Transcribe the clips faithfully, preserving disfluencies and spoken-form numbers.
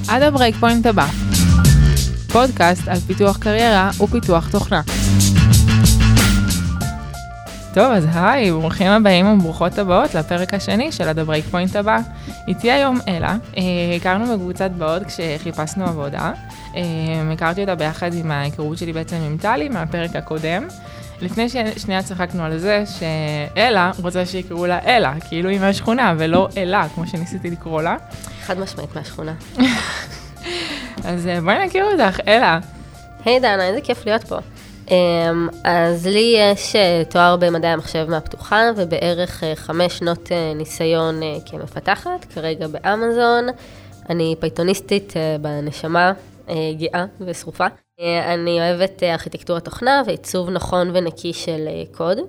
עד הברייק פוינט הבא. פודקאסט על פיתוח קריירה ופיתוח תוכנה. טוב, אז היי, ברוכים הבאים וברוכות הבאות לפרק השני של עד הברייק פוינט הבא. איתי היום אלה, הכרנו בקבוצת בעוד כשחיפשנו עבודה. הכרתי אותה ביחד עם ההיכרות שלי בעצם עם טלי מהפרק הקודם. לפני ששנייה צחקנו על זה שאלה רוצה שיקראו לה אלה, כאילו היא מהשכונה ולא אלה, כמו שניסיתי לקרוא לה. חד משמעית מהשכונה. אז בואי נכיר אותך, אלה. היי דנה, איזה כיף להיות פה. אז לי יש תואר במדעי המחשב מהפתוחה, ובערך חמש שנות ניסיון כמפתחת, כרגע באמזון. אני פייתוניסטית בנשמה, גאה ושרופה. אני אוהבת ארכיטקטורה תוכנה ועיצוב נכון ונקי של קוד.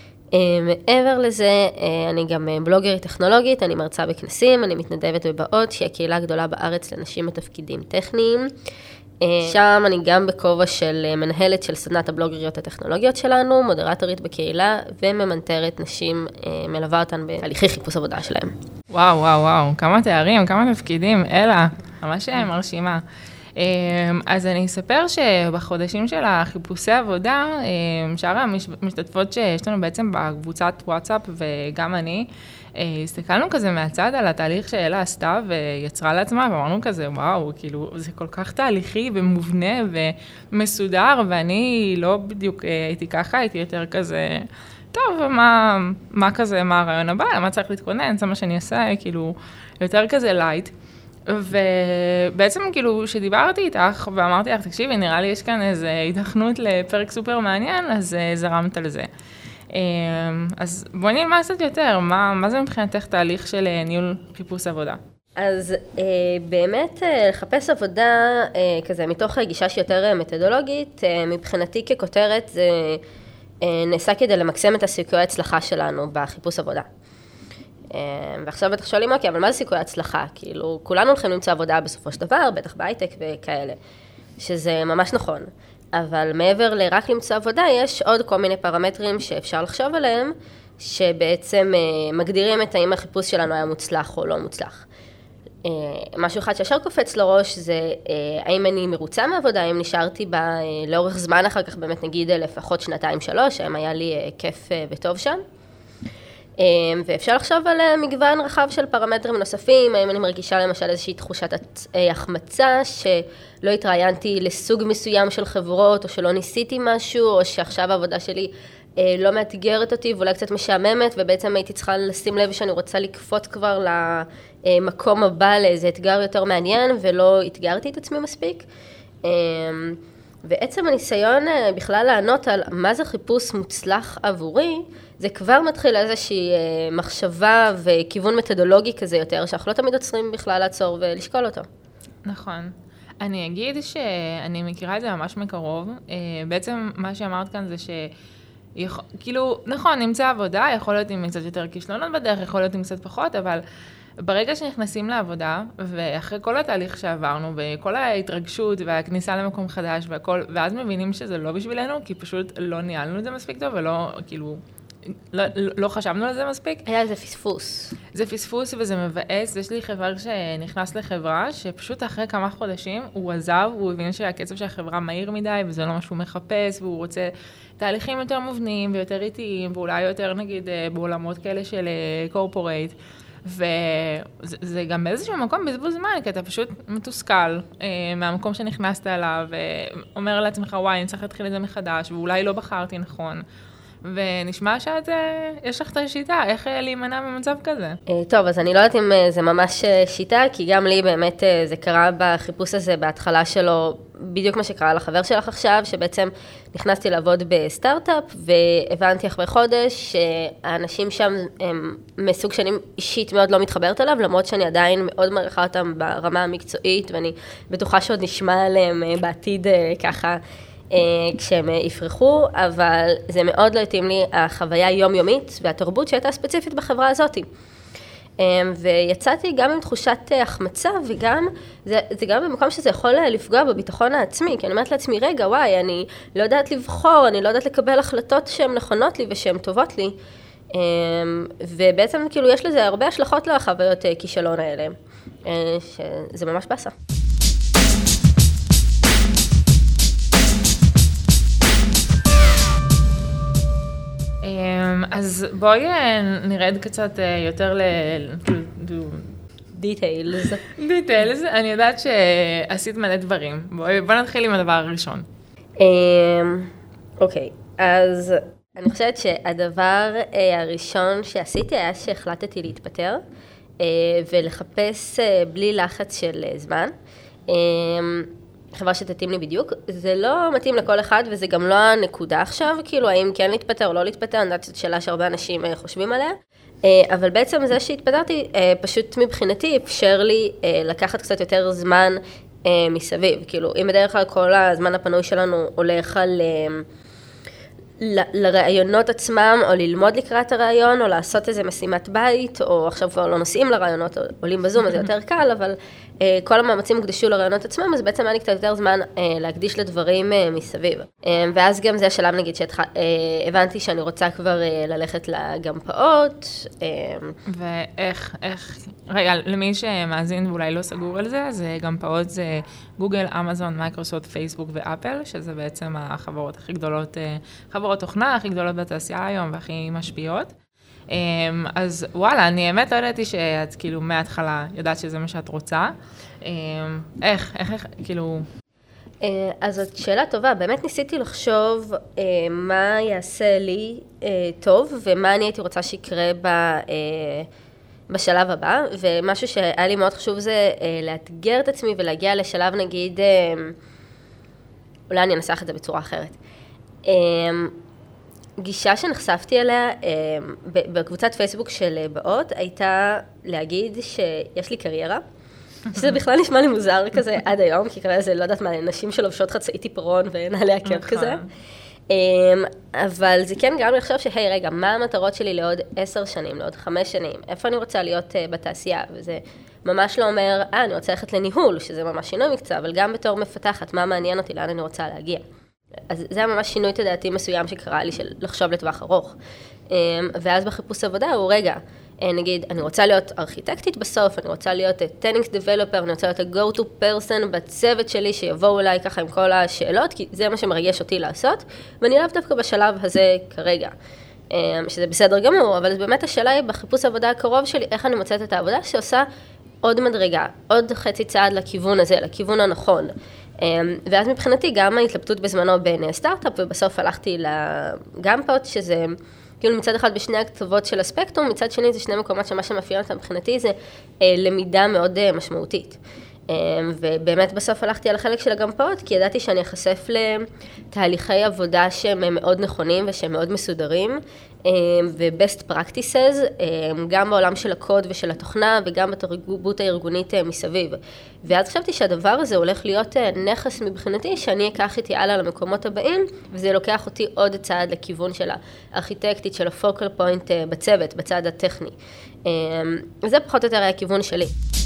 מעבר לזה, אני גם בלוגרית טכנולוגית, אני מרצה בכנסים, אני מתנדבת בבאות, שהיא הקהילה הגדולה בארץ לנשים בתפקידים טכניים. שם אני גם בכובע של מנהלת של סדנת הבלוגריות הטכנולוגיות שלנו, מודרטורית בקהילה, וממנטרת נשים, מלווה אותן בהליכי חיפוש עבודה שלהם. וואו, וואו, וואו, כמה תארים, כמה תפקידים, אלה, ממש מרשימה. אז אני אספר שבחודשים של החיפושי עבודה, שאר המשתתפות שיש לנו בעצם בקבוצת וואטסאפ וגם אני, הסתכלנו כזה מהצד על התהליך שאלה עשתה ויצרה לעצמה, ואמרנו כזה, וואו, כאילו, זה כל כך תהליכי ומובנה ומסודר, ואני לא בדיוק הייתי ככה, הייתי יותר כזה, טוב, מה, מה כזה, מה הרעיון הבא, למה צריך להתכונן, זה מה שאני אעשה, כאילו, יותר כזה לייט. ובעצם כאילו שדיברתי איתך ואמרתי לך, תקשיבי, נראה לי יש כאן איזו התכנות לפרק סופר מעניין, אז זרמת על זה. אז בואי נלמד קצת יותר, מה, מה זה מבחינתך תהליך של ניהול חיפוש עבודה? אז באמת לחפש עבודה כזה מתוך הגישה שיותר מתודולוגית, מבחינתי ככותרת זה נעשה כדי למקסם את הסיכוי ההצלחה שלנו בחיפוש עבודה. ועכשיו בטח שואלים, אוקיי, אבל מה זה סיכוי ההצלחה? כאילו, כולנו הולכים למצוא עבודה בסופו של דבר, בטח בהייטק וכאלה, שזה ממש נכון. אבל מעבר לרק למצוא עבודה, יש עוד כל מיני פרמטרים שאפשר לחשוב עליהם, שבעצם מגדירים את האם החיפוש שלנו היה מוצלח או לא מוצלח. משהו אחד שישר קופץ לראש זה, האם אני מרוצה מעבודה, האם נשארתי בה לאורך זמן אחר כך, באמת נגיד לפחות שנתיים שלוש, האם היה לי כיף וטוב שם. ואפשר לחשוב על מגוון רחב של פרמטרים נוספים, האם אני מרגישה למשל איזושהי תחושת החמצה, שלא התראיינתי לסוג מסוים של חברות, או שלא ניסיתי משהו, או שעכשיו העבודה שלי לא מאתגרת אותי, ואולי קצת משעממת, ובעצם הייתי צריכה לשים לב שאני רוצה לקפוץ כבר למקום הבא, לאיזה אתגר יותר מעניין, ולא התגרתי את עצמי מספיק. ועצם הניסיון בכלל לענות על מה זה חיפוש מוצלח עבורי, זה כבר מתחיל איזושהי מחשבה וכיוון מתודולוגי כזה יותר, שאנחנו לא תמיד עוצרים בכלל לעצור ולשקול אותו. נכון. אני אגיד שאני מכירה את זה ממש מקרוב. בעצם מה שאמרת כאן זה ש... כאילו, נכון, נמצא עבודה, יכול להיות עם קצת יותר כישלונות בדרך, יכול להיות עם קצת פחות, אבל ברגע שנכנסים לעבודה, ואחרי כל התהליך שעברנו, וכל ההתרגשות והכניסה למקום חדש והכל, ואז מבינים שזה לא בשבילנו, כי פשוט לא ניהלנו את זה מספיק טוב, ולא, כאילו, לא, לא חשבנו על זה מספיק. היה איזה פספוס. זה פספוס וזה מבאס. יש לי חבר שנכנס לחברה, שפשוט אחרי כמה חודשים הוא עזב, הוא הבין שהקצב של החברה מהיר מדי, וזה לא משהו מחפש, והוא רוצה תהליכים יותר מובנים ויותר איטיים, ואולי יותר נגיד בעולמות כאלה של קורפורייט. וזה גם באיזשהו מקום בזבוז זמן, כי אתה פשוט מתוסכל מהמקום שנכנסת אליו, ואומר לעצמך, וואי, אני צריך להתחיל את זה מחדש, ואולי לא בחרתי נכון. ונשמע שאת, יש לך את השיטה, איך להימנע במצב כזה? טוב, אז אני לא יודעת אם זה ממש שיטה, כי גם לי באמת זה קרה בחיפוש הזה בהתחלה שלו, בדיוק מה שקרה לחבר שלך עכשיו, שבעצם נכנסתי לעבוד בסטארט-אפ, והבנתי אחרי חודש שהאנשים שם הם מסוג שאני אישית מאוד לא מתחברת אליו, למרות שאני עדיין מאוד מעריכה אותם ברמה המקצועית, ואני בטוחה שעוד נשמע עליהם בעתיד ככה, כשהם יפרחו, אבל זה מאוד לא התאים לי החוויה היומיומית והתרבות שהייתה ספציפית בחברה הזאת. ויצאתי גם עם תחושת החמצה, וגם, זה, זה גם במקום שזה יכול לפגוע בביטחון העצמי, כי אני אומרת לעצמי, רגע, וואי, אני לא יודעת לבחור, אני לא יודעת לקבל החלטות שהן נכונות לי ושהן טובות לי, ובעצם כאילו יש לזה הרבה השלכות לחוויות כישלון האלה, שזה ממש בסה. אז בואי נרד קצת יותר ל... דיטיילס. דיטיילס, אני יודעת שעשית מלא דברים. בואי נתחיל עם הדבר הראשון. אוקיי, אז אני חושבת שהדבר הראשון שעשיתי היה שהחלטתי להתפטר ולחפש בלי לחץ של זמן. חברה שתתאים לי בדיוק. זה לא מתאים לכל אחד וזה גם לא הנקודה עכשיו, כאילו האם כן להתפטר או לא להתפטר, אני יודעת שזאת שאלה שהרבה אנשים חושבים עליה. אבל בעצם זה שהתפטרתי, פשוט מבחינתי אפשר לי לקחת קצת יותר זמן מסביב. כאילו, אם בדרך כלל כל הזמן הפנוי שלנו הולך על... לרעיונות עצמם, או ללמוד לקראת הרעיון, או לעשות איזה משימת בית, או עכשיו כבר לא נוסעים לרעיונות, עולים בזום, אז זה יותר קל, אבל uh, כל המאמצים הוקדשו לרעיונות עצמם, אז בעצם היה לי קצת יותר זמן uh, להקדיש לדברים uh, מסביב. Uh, ואז גם זה השלב, נגיד, שהבנתי uh, שאני רוצה כבר uh, ללכת לגמפאות. Uh, ואיך, איך, רגע, למי שמאזין ואולי לא סגור על זה, אז גמפאות זה גוגל, אמזון, מייקרוסופט, פייסבוק ואפל, שזה בעצם החברות הכי גדולות, חברות תוכנה הכי גדולות בתעשייה היום והכי משפיעות. אז וואלה, אני האמת לא ידעתי שאת כאילו מההתחלה יודעת שזה מה שאת רוצה. איך, איך, איך, כאילו... אז זאת שאלה טובה, באמת ניסיתי לחשוב מה יעשה לי טוב ומה אני הייתי רוצה שיקרה ב... בשלב הבא, ומשהו שהיה לי מאוד חשוב זה לאתגר את עצמי ולהגיע לשלב נגיד, אולי אני אנסח את זה בצורה אחרת. גישה שנחשפתי אליה בקבוצת פייסבוק של באות הייתה להגיד שיש לי קריירה, שזה בכלל נשמע לי מוזר כזה עד היום, כי כרגע זה לא יודעת מה, נשים שלובשות חצאי טיפרון ונעלי עקב כזה. אבל זה כן גרם לי לחשוב שהי רגע, מה המטרות שלי לעוד עשר שנים, לעוד חמש שנים, איפה אני רוצה להיות בתעשייה, וזה ממש לא אומר, אה, אני רוצה ללכת לניהול, שזה ממש שינוי מקצוע, אבל גם בתור מפתחת, מה מעניין אותי, לאן אני רוצה להגיע. אז זה היה ממש שינוי תדעתי מסוים שקרה לי של לחשוב לטווח ארוך. ואז בחיפוש עבודה הוא רגע, נגיד, אני רוצה להיות ארכיטקטית בסוף, אני רוצה להיות טנינגס דבלופר, אני רוצה להיות ה-go to person בצוות שלי, שיבואו אליי ככה עם כל השאלות, כי זה מה שמרגש אותי לעשות, ואני לאו דווקא בשלב הזה כרגע, שזה בסדר גמור, אבל באמת השאלה היא בחיפוש העבודה הקרוב שלי, איך אני מוצאת את העבודה שעושה עוד מדרגה, עוד חצי צעד לכיוון הזה, לכיוון הנכון. ואז מבחינתי גם ההתלבטות בזמנו בין סטארט-אפ, ובסוף הלכתי לגמפות, שזה... כאילו מצד אחד בשני הקצוות של הספקטרום, מצד שני זה שני מקומות שמה שמאפיין אותם מבחינתי זה אה, למידה מאוד אה, משמעותית. אה, ובאמת בסוף הלכתי על החלק של הגמפאות, כי ידעתי שאני אחשף לתהליכי עבודה שהם מאוד נכונים ושהם מאוד מסודרים, אה, ו-best practices, אה, גם בעולם של הקוד ושל התוכנה, וגם בתרבות הארגונית אה, מסביב. ואז חשבתי שהדבר הזה הולך להיות אה, נכס מבחינתי, שאני אקח איתי הלאה למקומות הבאים, וזה לוקח אותי עוד צעד לכיוון של הארכיטקטית, של הפוקל פוינט אה, בצוות, בצד הטכני. אה, זה פחות או יותר היה הכיוון שלי.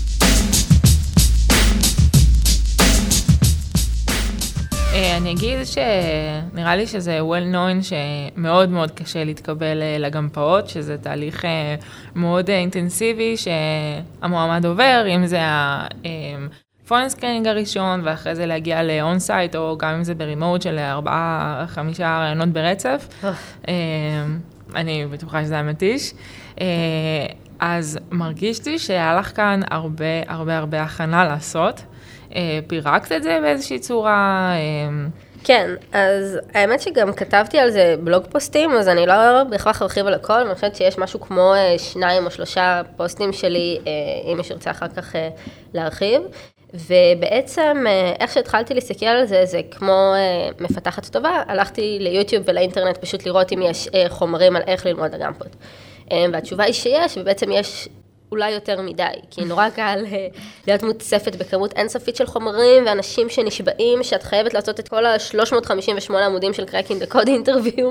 אני אגיד שנראה לי שזה well known שמאוד מאוד קשה להתקבל לגמפאות, שזה תהליך מאוד אינטנסיבי שהמועמד עובר, אם זה הפון סקרינינג הראשון, ואחרי זה להגיע לאון סייט, או גם אם זה ברימוט של ארבעה, חמישה רעיונות ברצף. אני בטוחה שזה היה מתיש. אז מרגיש לי שהיה לך כאן הרבה הרבה הרבה הכנה לעשות. פירקת את זה באיזושהי צורה? כן, אז האמת שגם כתבתי על זה בלוג פוסטים, אז אני לא בהכרח ארחיב על הכל, אני חושבת שיש משהו כמו שניים או שלושה פוסטים שלי, אם יש רוצה אחר כך להרחיב, ובעצם איך שהתחלתי להסתכל על זה, זה כמו מפתחת טובה, הלכתי ליוטיוב ולאינטרנט פשוט לראות אם יש חומרים על איך ללמוד הגמפות. והתשובה היא שיש, ובעצם יש אולי יותר מדי, כי נורא קל להיות מוצפת בכמות אינסופית של חומרים, ואנשים שנשבעים שאת חייבת לעשות את כל ה-שלוש מאות חמישים ושמונה עמודים של קראקינג דה קוד אינטרוויו.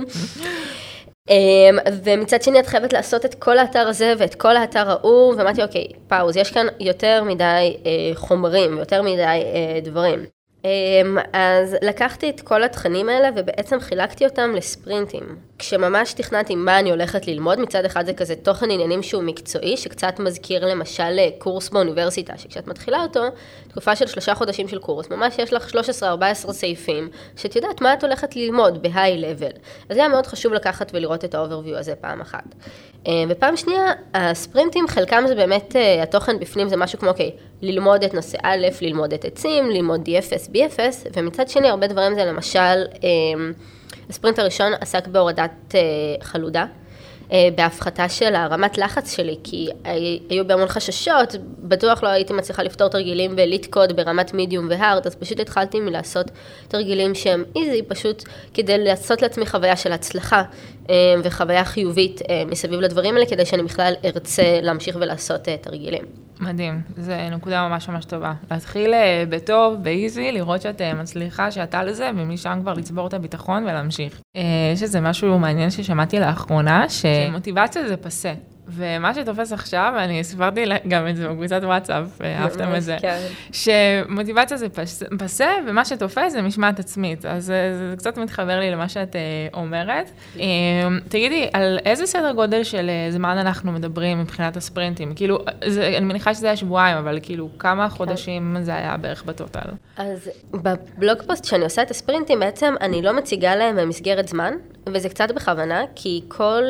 ומצד שני את חייבת לעשות את כל האתר הזה ואת כל האתר ההוא, ואמרתי, אוקיי, פאוז, יש כאן יותר מדי חומרים, יותר מדי דברים. אז לקחתי את כל התכנים האלה ובעצם חילקתי אותם לספרינטים. כשממש תכננתי מה אני הולכת ללמוד, מצד אחד זה כזה תוכן עניינים שהוא מקצועי, שקצת מזכיר למשל קורס באוניברסיטה, שכשאת מתחילה אותו, תקופה של שלושה חודשים של קורס, ממש יש לך שלוש עשרה ארבע עשרה סעיפים, שאת יודעת מה את הולכת ללמוד בהיי לבל. אז זה היה מאוד חשוב לקחת ולראות את האוברוויו הזה פעם אחת. ופעם שנייה, הספרינטים, חלקם זה באמת, התוכן בפנים זה משהו כמו, אוקיי, ללמוד את נושא א', ללמוד את עצים, ללמוד די אף אס, בי אף אס, ומצד שני, הרבה דברים זה למשל, הספרינט הראשון עסק בהורדת חלודה, בהפחתה של הרמת לחץ שלי, כי היו בהמון חששות, בטוח לא הייתי מצליחה לפתור תרגילים בליט קוד ברמת מידיום והארד, אז פשוט התחלתי מלעשות תרגילים שהם איזי, פשוט כדי לעשות לעצמי חוויה של הצלחה, וחוויה חיובית מסביב לדברים האלה, כדי שאני בכלל ארצה להמשיך ולעשות תרגילים. מדהים, זו נקודה ממש ממש טובה. להתחיל בטוב, באיזי, לראות שאת מצליחה, שאת על זה, ומשם כבר לצבור את הביטחון ולהמשיך. יש איזה משהו מעניין ששמעתי לאחרונה, שמוטיבציה זה פסה. ומה שתופס עכשיו, אני סיפרתי גם את זה בקבוצת וואטסאפ, ואהבתם את זה, שמוטיבציה זה פסה, ומה שתופס זה משמעת עצמית. אז זה קצת מתחבר לי למה שאת אומרת. תגידי, על איזה סדר גודל של זמן אנחנו מדברים מבחינת הספרינטים? כאילו, אני מניחה שזה היה שבועיים, אבל כאילו, כמה חודשים זה היה בערך בטוטל? אז בבלוג פוסט שאני עושה את הספרינטים, בעצם אני לא מציגה להם מסגרת זמן, וזה קצת בכוונה, כי כל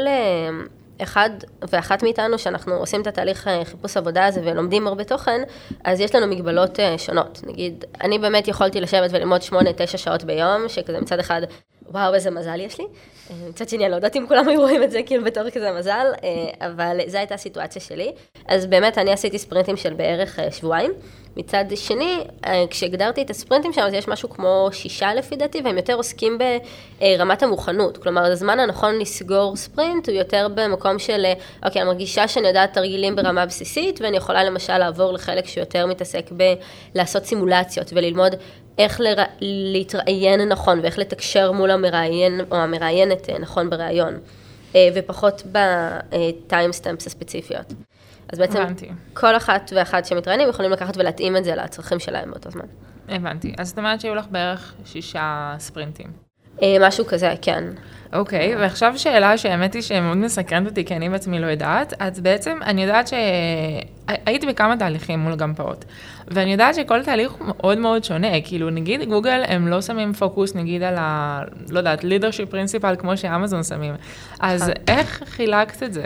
אחד ואחת מאיתנו, שאנחנו עושים את התהליך חיפוש עבודה הזה ולומדים הרבה תוכן, אז יש לנו מגבלות שונות. נגיד, אני באמת יכולתי לשבת וללמוד שמונה, תשע שעות ביום, שכזה מצד אחד, וואו, איזה מזל יש לי. מצד שני, אני לא יודעת אם כולם היו רואים את זה כאילו בתור כזה מזל, אבל זו הייתה הסיטואציה שלי. אז באמת, אני עשיתי ספרינטים של בערך שבועיים. מצד שני, כשהגדרתי את הספרינטים שם, אז יש משהו כמו שישה לפי דעתי, והם יותר עוסקים ברמת המוכנות. כלומר, הזמן הנכון לסגור ספרינט הוא יותר במקום של, אוקיי, אני מרגישה שאני יודעת תרגילים ברמה בסיסית, ואני יכולה למשל לעבור לחלק שיותר מתעסק בלעשות סימולציות, וללמוד איך לר... להתראיין נכון, ואיך לתקשר מול המראיין, או המראיינת נכון בראיון, ופחות בטיימסטמפס הספציפיות. אז בעצם הבנתי. כל אחת ואחת שמתראיינים יכולים לקחת ולהתאים את זה לצרכים שלהם באותו זמן. הבנתי. אז זאת אומרת שהיו לך בערך שישה ספרינטים. משהו כזה, כן. אוקיי, ועכשיו שאלה שהאמת היא שמאוד מסקרנת אותי, כי אני בעצמי לא יודעת, אז בעצם אני יודעת שהייתי בכמה תהליכים מול גמפאות, ואני יודעת שכל תהליך הוא מאוד מאוד שונה, כאילו נגיד גוגל הם לא שמים פוקוס נגיד על ה, לא יודעת, leadership principle כמו שאמזון שמים, אז איך חילקת את זה?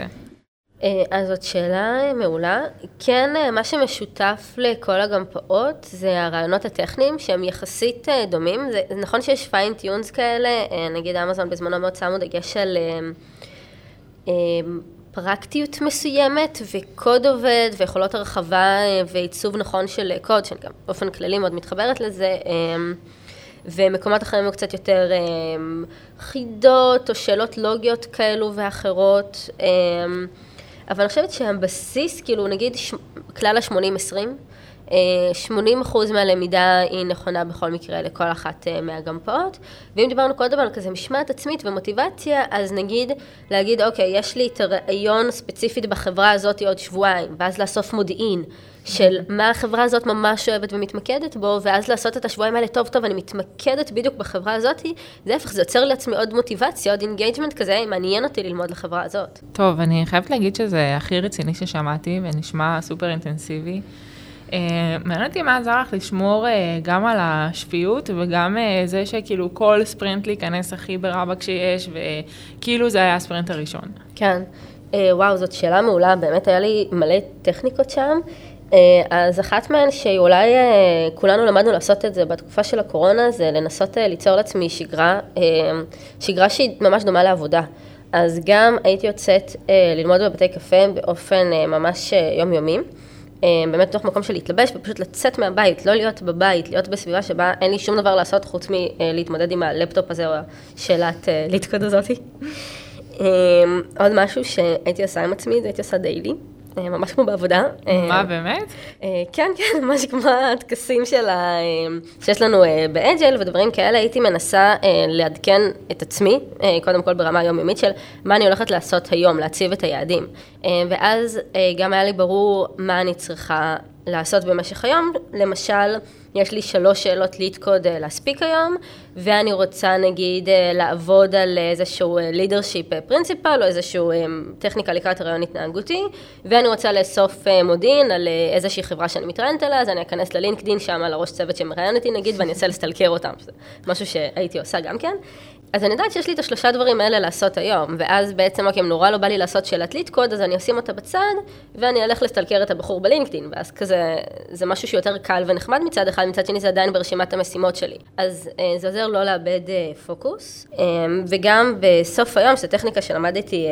אז זאת שאלה מעולה. כן, מה שמשותף לכל הגמפאות זה הרעיונות הטכניים שהם יחסית דומים. זה, זה נכון שיש פיין-טיונס כאלה, נגיד אמזון בזמנו מאוד שמו דגש על פרקטיות מסוימת וקוד עובד ויכולות הרחבה ועיצוב נכון של קוד, שאני גם באופן כללי מאוד מתחברת לזה. ומקומות אחרים היו קצת יותר חידות או שאלות לוגיות כאלו ואחרות. אבל אני חושבת שהבסיס, כאילו נגיד כלל ה-שמונים עשרים, שמונים אחוז מהלמידה היא נכונה בכל מקרה לכל אחת מהגמפאות, ואם דיברנו קודם על כזה משמעת עצמית ומוטיבציה, אז נגיד להגיד, אוקיי, יש לי את הרעיון ספציפית בחברה הזאת עוד שבועיים, ואז לאסוף מודיעין של מה החברה הזאת ממש אוהבת ומתמקדת בו, ואז לעשות את השבועיים האלה טוב טוב, אני מתמקדת בדיוק בחברה הזאת, זה הפך, זה יוצר לעצמי עוד מוטיבציה, עוד אינגייג'מנט כזה, מעניין אותי ללמוד לחברה הזאת. טוב, אני חייבת להגיד שזה הכי רציני ששמעתי, ונשמע סופר אינטנסיבי. מעניין אותי מה עזר לך לשמור גם על השפיות, וגם זה שכאילו כל ספרינט להיכנס הכי ברבק שיש, וכאילו זה היה הספרינט הראשון. כן, וואו, זאת שאלה מעולה, באמת היה לי מלא טכניקות שם, אז אחת מהן שאולי כולנו למדנו לעשות את זה בתקופה של הקורונה, זה לנסות ליצור לעצמי שגרה, שגרה שהיא ממש דומה לעבודה. אז גם הייתי יוצאת ללמוד בבתי קפה באופן ממש יומיומי, באמת תוך מקום של להתלבש ופשוט לצאת מהבית, לא להיות בבית, להיות בסביבה שבה אין לי שום דבר לעשות חוץ מלהתמודד עם הלפטופ הזה או השאלת ליטקוד הזאת. עוד משהו שהייתי עושה עם עצמי, זה הייתי עושה דיילי, ממש כמו בעבודה. מה, באמת? כן, כן, ממש כמו הטקסים שיש לנו באג'ל ודברים כאלה, הייתי מנסה לעדכן את עצמי, קודם כל ברמה היומיומית של מה אני הולכת לעשות היום, להציב את היעדים. ואז גם היה לי ברור מה אני צריכה לעשות במשך היום. למשל, יש לי שלוש שאלות ליד קוד להספיק היום, ואני רוצה נגיד לעבוד על איזשהו leadership principle, או איזשהו טכניקה לקראת הרעיון התנהגותי, ואני רוצה לאסוף מודיעין על איזושהי חברה שאני מתראיינת עליה, אז אני אכנס ללינקדין שם על הראש צוות שמראיין אותי נגיד, ואני אנסה לסטלקר אותם, שזה משהו שהייתי עושה גם כן. אז אני יודעת שיש לי את השלושה דברים האלה לעשות היום, ואז בעצם, אוקיי, אם נורא לא בא לי לעשות שאלת ליד קוד, אז אני אשים אותה בצד, ואני אלך לסטלקר את הבחור בלינקדין, ואז כזה, זה משהו שיותר קל ונחמד מצד אחד, מצד שני זה עדיין ברשימת המשימות שלי. אז זה עוזר לא לאבד פוקוס, וגם בסוף היום, שזו טכניקה שלמדתי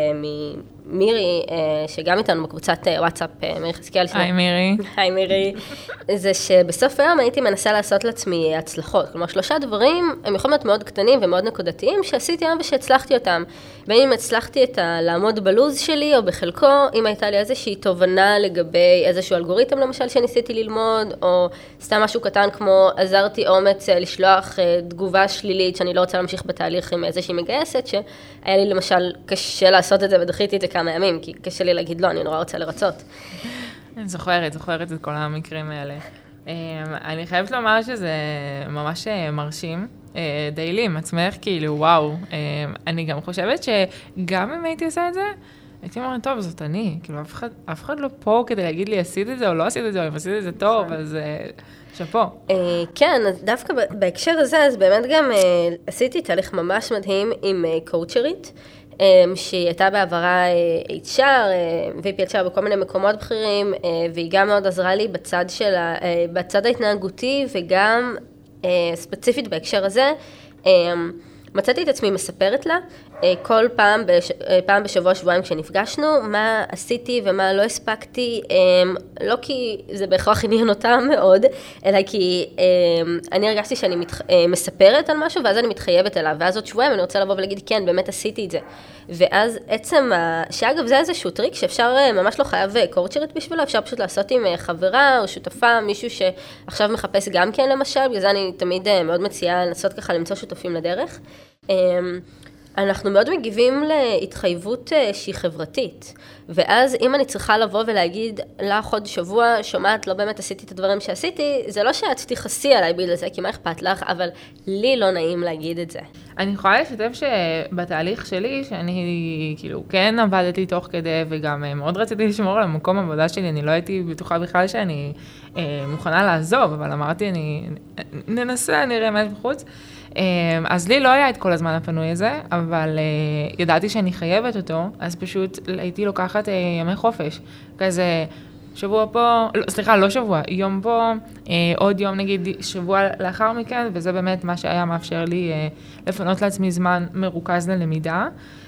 ממירי, שגם איתנו בקבוצת וואטסאפ, מירי חזקיאל. היי מירי. היי מירי. זה שבסוף היום הייתי מנסה לעשות לעצמי הצלחות, כלומר שלושה דברים, הם יכולים להיות מאוד קטנים ומאוד נקודתיים, שעשיתי היום ושהצלחתי אותם. בין אם הצלחתי את ה- לעמוד בלוז שלי או בחלקו, אם הייתה לי איזושהי תובנה לגבי איזשהו אלגוריתם למשל שניסיתי ללמוד, או סתם משהו קטן כמו עזרתי אומץ לשלוח תגובה שלילית שאני לא רוצה להמשיך בתהליך עם איזושהי מגייסת, שהיה לי למשל קשה לעשות את זה ודחיתי את זה כמה ימים, כי קשה לי להגיד לא, אני נורא רוצה לרצות. אני זוכרת, זוכרת את כל המקרים האלה. אני חייבת לומר שזה ממש מרשים. די לי עם עצמך, כאילו, וואו. אני גם חושבת שגם אם הייתי עושה את זה, הייתי אומרת, טוב, זאת אני. כאילו, אף אחד, אף אחד לא פה כדי להגיד לי, עשית את זה או לא עשית את זה, או אם עשית את זה טוב, אז שפו. כן, אז דווקא בהקשר הזה, אז באמת גם עשיתי תהליך ממש מדהים עם קואוצ'רית, שהיא הייתה בעברה אייץ' אר, וי פי אייץ' אר בכל מיני מקומות בכירים, והיא גם מאוד עזרה לי בצד שלה, בצד ההתנהגותי, וגם ספציפית בהקשר הזה, מצאתי את עצמי מספרת לה, כל פעם, בש... פעם בשבוע שבועיים כשנפגשנו, מה עשיתי ומה לא הספקתי, לא כי זה בהכרח עניין אותה מאוד, אלא כי אני הרגשתי שאני מת... מספרת על משהו, ואז אני מתחייבת אליו, ואז עוד שבועיים אני רוצה לבוא ולהגיד, כן, באמת עשיתי את זה. ואז עצם, שאגב זה איזשהו טריק שאפשר, ממש לא חייב קואוצ'רית בשבילו, אפשר פשוט לעשות עם חברה או שותפה, מישהו שעכשיו מחפש גם כן למשל, בגלל זה אני תמיד מאוד מציעה לנסות ככה למצוא שותפים לדרך. אנחנו מאוד מגיבים להתחייבות שהיא חברתית, ואז אם אני צריכה לבוא ולהגיד לך עוד שבוע, שומעת, לא באמת עשיתי את הדברים שעשיתי, זה לא שאת תתייחסי עליי בגלל זה, כי מה אכפת לך, אבל לי לא נעים להגיד את זה. אני יכולה לשתף שבתהליך שלי, שאני כאילו כן עבדתי תוך כדי, וגם מאוד רציתי לשמור על המקום העבודה שלי, אני לא הייתי בטוחה בכלל שאני אה, מוכנה לעזוב, אבל אמרתי, אני ננסה, נראה מה יש בחוץ. אז לי לא היה את כל הזמן הפנוי הזה, אבל ידעתי שאני חייבת אותו, אז פשוט הייתי לוקחת ימי חופש. כזה שבוע פה, סליחה, לא שבוע, יום פה, עוד יום נגיד שבוע לאחר מכן, וזה באמת מה שהיה מאפשר לי לפנות לעצמי זמן מרוכז ללמידה.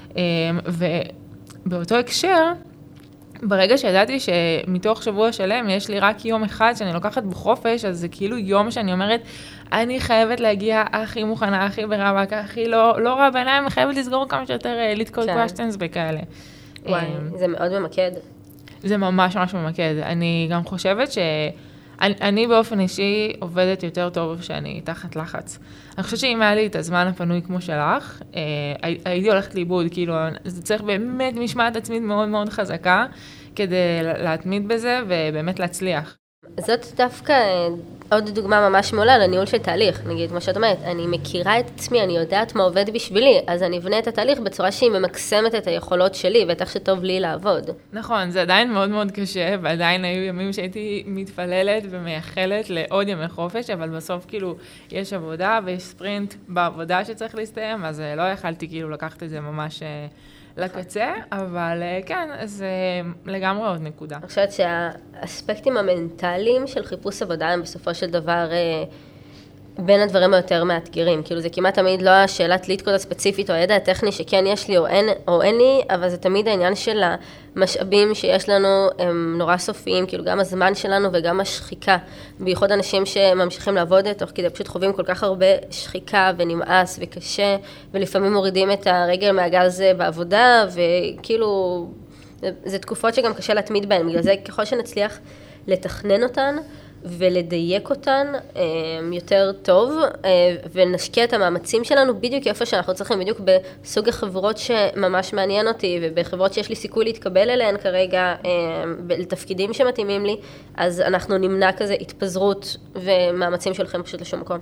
ובאותו הקשר, ברגע שידעתי שמתוך שבוע שלם יש לי רק יום אחד שאני לוקחת בחופש, אז זה כאילו יום שאני אומרת, אני חייבת להגיע הכי מוכנה, הכי ברבק, הכי לא, לא רע בעיניים, חייבת לסגור כמה שיותר לתקוד קוושטנס וכאלה. וואי, זה מאוד ממקד. זה ממש ממש ממקד. אני גם חושבת ש... אני, אני באופן אישי עובדת יותר טוב שאני תחת לחץ. אני חושבת שאם היה לי את הזמן הפנוי כמו שלך, אה, הייתי הולכת לאיבוד, כאילו, זה צריך באמת משמעת עצמית מאוד מאוד חזקה, כדי להתמיד בזה ובאמת להצליח. זאת דווקא עוד דוגמה ממש מעולה לניהול של תהליך. נגיד, כמו שאת אומרת, אני מכירה את עצמי, אני יודעת מה עובד בשבילי, אז אני אבנה את התהליך בצורה שהיא ממקסמת את היכולות שלי, ואת איך שטוב לי לעבוד. נכון, זה עדיין מאוד מאוד קשה, ועדיין היו ימים שהייתי מתפללת ומייחלת לעוד ימי חופש, אבל בסוף כאילו יש עבודה ויש ספרינט בעבודה שצריך להסתיים, אז לא יכלתי כאילו לקחת את זה ממש לקצה, אבל כן, זה לגמרי עוד נקודה. אני חושבת שהאספקטים המנטליים של חיפוש עבודה הם בסופו של דבר בין הדברים היותר מאתגרים. כאילו זה כמעט תמיד לא השאלת ליד קוד הספציפית או הידע הטכני שכן יש לי או אין, או אין לי, אבל זה תמיד העניין של המשאבים שיש לנו הם נורא סופיים, כאילו גם הזמן שלנו וגם השחיקה. בייחוד אנשים שממשיכים לעבוד תוך כדי פשוט חווים כל כך הרבה שחיקה ונמאס וקשה, ולפעמים מורידים את הרגל מהגז בעבודה, וכאילו זה תקופות שגם קשה להתמיד בהן. בגלל זה ככל שנצליח לתכנן אותן, ולדייק אותן יותר טוב, ונשקיע את המאמצים שלנו בדיוק איפה שאנחנו צריכים, בדיוק בסוג החברות שממש מעניין אותי, ובחברות שיש לי סיכוי להתקבל אליהן כרגע, לתפקידים שמתאימים לי, אז אנחנו נמנע כזה התפזרות ומאמצים שלכם פשוט לשום מקום.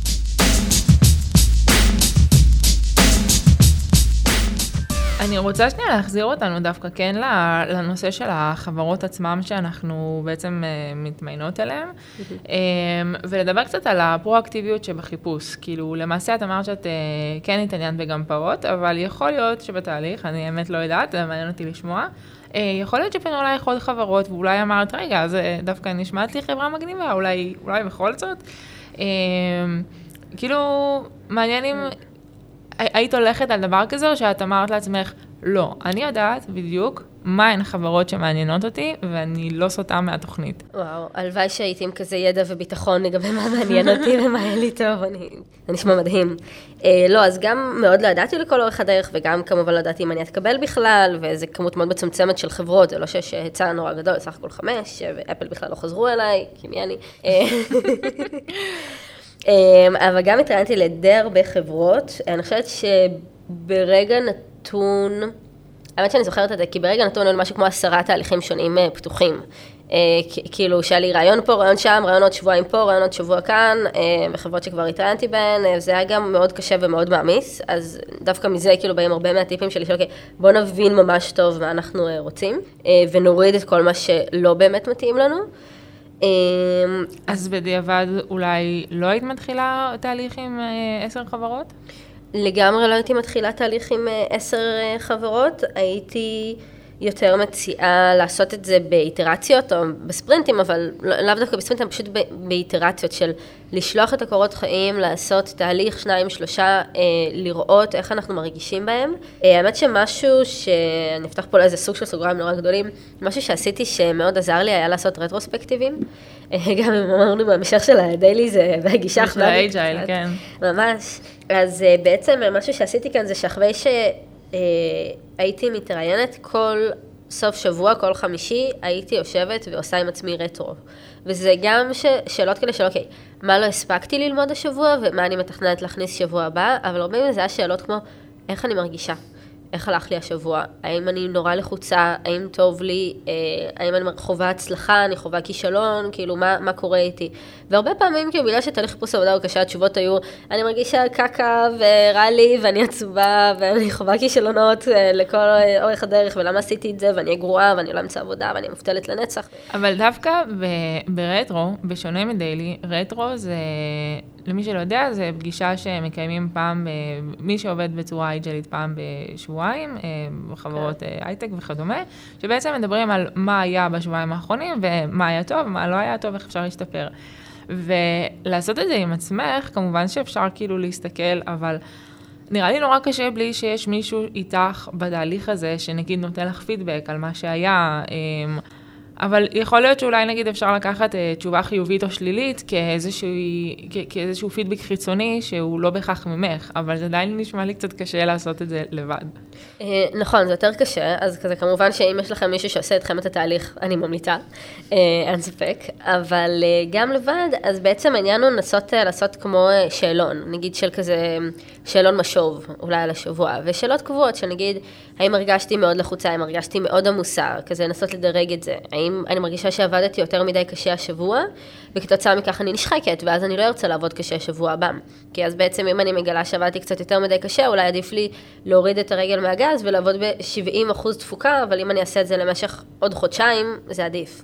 אני רוצה שנייה להחזיר אותנו דווקא כן לנושא של החברות עצמם שאנחנו בעצם מתמיינות אליהם, ולדבר קצת על הפרואקטיביות שבחיפוש. כאילו, למעשה את אמרת שאת כן התעניינת בגמפרות, אבל יכול להיות שבתהליך, אני האמת לא יודעת, זה מעניין אותי לשמוע, יכול להיות שפנו אולי עוד חברות, ואולי אמרת, רגע, זה דווקא נשמעת לי חברה מגניבה, אולי, אולי בכל זאת. כאילו, מעניין אם היית הולכת על דבר כזה, או שאת אמרת לעצמך, לא, אני יודעת בדיוק מהן חברות שמעניינות אותי, ואני לא סוטה מהתוכנית. וואו, הלוואי שהייתי עם כזה ידע וביטחון לגבי מה מעניין אותי ומה היה לי טוב, אני, זה נשמע מדהים. אה, לא, אז גם מאוד לא ידעתי לכל אורך הדרך, וגם כמובן לא ידעתי אם אני אתקבל בכלל, וזו כמות מאוד מצומצמת של חברות, זה לא שיש היצע נורא גדול, סך הכל חמש, ואפל בכלל לא חזרו אליי, כי מי אני. אבל גם התראיינתי לדי הרבה חברות, אני חושבת שברגע נתון, האמת שאני זוכרת את זה, כי ברגע נתון היו משהו כמו עשרה תהליכים שונים פתוחים. כאילו שהיה לי רעיון פה, רעיון שם, רעיון עוד שבועיים פה, רעיון עוד שבוע כאן, בחברות שכבר התראיינתי בהן, זה היה גם מאוד קשה ומאוד מעמיס, אז דווקא מזה כאילו באים הרבה מהטיפים שלי, שאוקיי, בוא נבין ממש טוב מה אנחנו רוצים, ונוריד את כל מה שלא באמת מתאים לנו. אז בדיעבד אולי לא היית מתחילה תהליך עם עשר חברות? לגמרי לא הייתי מתחילה תהליך עם עשר חברות, הייתי יותר מציעה לעשות את זה באיטרציות או בספרינטים, אבל לאו דווקא בספרינטים, פשוט באיטרציות של לשלוח את הקורות חיים, לעשות תהליך שניים, שלושה, לראות איך אנחנו מרגישים בהם. האמת שמשהו שאני אפתח פה לאיזה סוג של סוגריים נורא גדולים, משהו שעשיתי שמאוד עזר לי היה לעשות רטרוספקטיבים, גם אם אמרנו בהמשך של הדיילי זה בהגישה אחלה. של האג'ייל, כן. ממש. אז בעצם משהו שעשיתי כאן זה שאחרי ש... הייתי מתראיינת כל סוף שבוע, כל חמישי, הייתי יושבת ועושה עם עצמי רטרו. וזה גם ש... שאלות כאלה של, אוקיי, מה לא הספקתי ללמוד השבוע, ומה אני מתכננת להכניס שבוע הבא, אבל הרבה מזה היה שאלות כמו, איך אני מרגישה? איך הלך לי השבוע? האם אני נורא לחוצה? האם טוב לי? האם אני חובה הצלחה? אני חובה כישלון? כאילו, מה, מה קורה איתי? והרבה פעמים, כאילו, בגלל שתהליך חיפוש עבודה הוא קשה, התשובות היו, אני מרגישה קקה ורע לי, ואני עצובה, ואני חובה כישלונות לכל אורך הדרך, ולמה עשיתי את זה, ואני גרועה, ואני לא אמצא עבודה, ואני מופתלת לנצח. אבל דווקא ברטרו, בשונה מדיילי, רטרו זה, למי שלא יודע, זה פגישה שמקיימים פעם, מי שעובד בצורה אג'לית פעם בשבועיים, בחברות הייטק וכדומה, שבעצם מדברים על מה היה בשבועיים האחרונים, ומה היה טוב, מה לא היה טוב, איך אפשר להשתפר. ולעשות את זה עם עצמך, כמובן שאפשר כאילו להסתכל, אבל נראה לי נורא קשה בלי שיש מישהו איתך בתהליך הזה, שנגיד נותן לך פידבק על מה שהיה, אבל יכול להיות שאולי נגיד אפשר לקחת תשובה חיובית או שלילית כאיזשהו, כאיזשהו פידבק חיצוני שהוא לא בהכרח ממך, אבל זה עדיין נשמע לי קצת קשה לעשות את זה לבד. נכון, זה יותר קשה, אז כזה כמובן שאם יש לכם מישהו שעושה אתכם את התהליך, אני ממליצה, אין ספק, אבל גם לבד, אז בעצם העניין הוא לנסות לעשות כמו שאלון, נגיד של כזה שאלון משוב, אולי על השבוע, ושאלות קבועות שנגיד, האם הרגשתי מאוד לחוצה, האם הרגשתי מאוד עמוסה, כזה לנסות לדרג את זה, האם אני מרגישה שעבדתי יותר מדי קשה השבוע, וכתוצאה מכך אני נשחקת, ואז אני לא ארצה לעבוד קשה השבוע הבא, כי אז בעצם אם אני מגלה שעבדתי קצת יותר מדי קשה, אולי עדיף לי להוריד את הרגל מהגז ולעבוד ב-שבעים אחוז תפוקה, אבל אם אני אעשה את זה למשך עוד חודשיים, זה עדיף.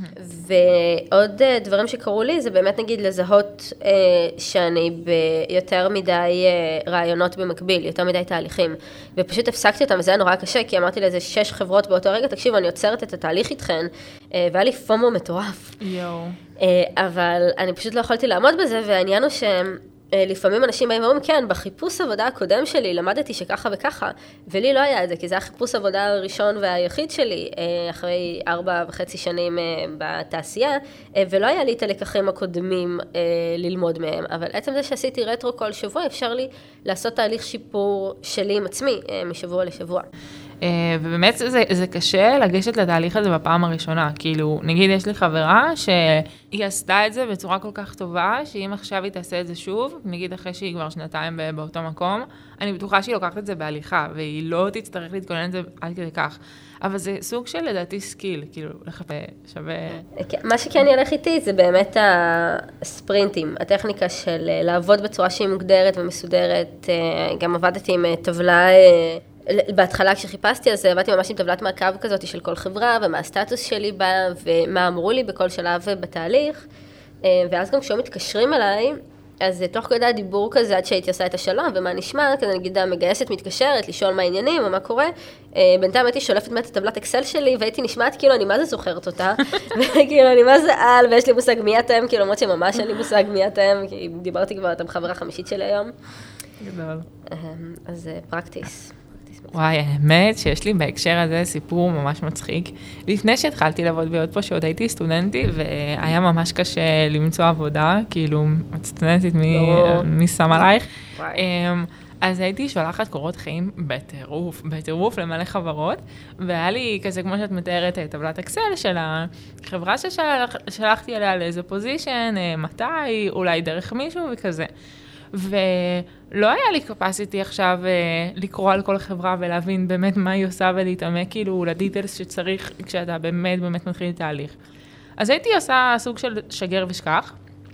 ועוד דברים שקראו לי, זה באמת נגיד לזהות שאני ביותר מדי רעיונות במקביל, יותר מדי תהליכים, ופשוט הפסקתי אותם, וזה היה נורא קשה, כי אמרתי לאיזה שש חברות באותו רגע, תקשיב, אני יוצרת את התהליך איתכן, והיה לי פומו מטורף. יואו. אבל אני פשוט לא יכולתי לעמוד בזה, והעניין הוא שהם, לפעמים אנשים באים ואומרים, כן, בחיפוש עבודה הקודם שלי למדתי שככה וככה, ולי לא היה את זה, כי זה היה חיפוש עבודה הראשון והיחיד שלי, אחרי ארבע וחצי שנים בתעשייה, ולא היה לי את הלקחים הקודמים ללמוד מהם, אבל עצם זה שעשיתי רטרו כל שבוע, אפשר לי לעשות תהליך שיפור שלי עם עצמי, משבוע לשבוע. ובאמת זה, זה קשה לגשת לתהליך הזה בפעם הראשונה. כאילו, נגיד יש לי חברה שהיא עשתה את זה בצורה כל כך טובה, שאם עכשיו היא תעשה את זה שוב, נגיד אחרי שהיא כבר שנתיים באותו מקום, אני בטוחה שהיא לוקחת את זה בהליכה, והיא לא תצטרך להתכונן את זה עד כדי כך. אבל זה סוג של לדעתי סקיל, כאילו, לחפה, שווה... מה שכן ילך איתי זה באמת הספרינטים, הטכניקה של לעבוד בצורה שהיא מוגדרת ומסודרת. גם עבדתי עם טבלה, בהתחלה כשחיפשתי, אז עבדתי ממש עם טבלת מעקב כזאת של כל חברה, ומה הסטטוס שלי בה, ומה אמרו לי בכל שלב בתהליך. ואז גם כשהם מתקשרים אליי, אז תוך כדי הדיבור כזה, עד שהייתי עושה את השלום, ומה נשמע, כזה נגיד המגייסת מתקשרת, לשאול מה העניינים, או מה קורה. בינתיים הייתי שולפת את טבלת אקסל שלי, והייתי נשמעת כאילו אני מה זה זוכרת אותה, וכאילו אני מה זה על, ויש לי מושג מי אתם, כאילו למרות שממש אין לי מושג מי אתם, כי דיברתי כבר, אתם חברה חמישית שלי היום. גדול. אז פרקטיס. וואי, האמת שיש לי בהקשר הזה סיפור ממש מצחיק. לפני שהתחלתי לעבוד בעוד פה, שעוד הייתי סטודנטית, והיה ממש קשה למצוא עבודה, כאילו, את סטודנטית, מי שם עלייך? אז הייתי שולחת קורות חיים בטירוף, בטירוף למלא חברות, והיה לי כזה, כמו שאת מתארת, טבלת אקסל של החברה ששלחתי אליה לאיזה פוזישן, מתי, אולי דרך מישהו וכזה. ולא היה לי קפסיטי עכשיו לקרוא על כל חברה ולהבין באמת מה היא עושה ולהתעמק כאילו לדיטלס שצריך כשאתה באמת באמת מתחיל תהליך. אז הייתי עושה סוג של שגר ושכח,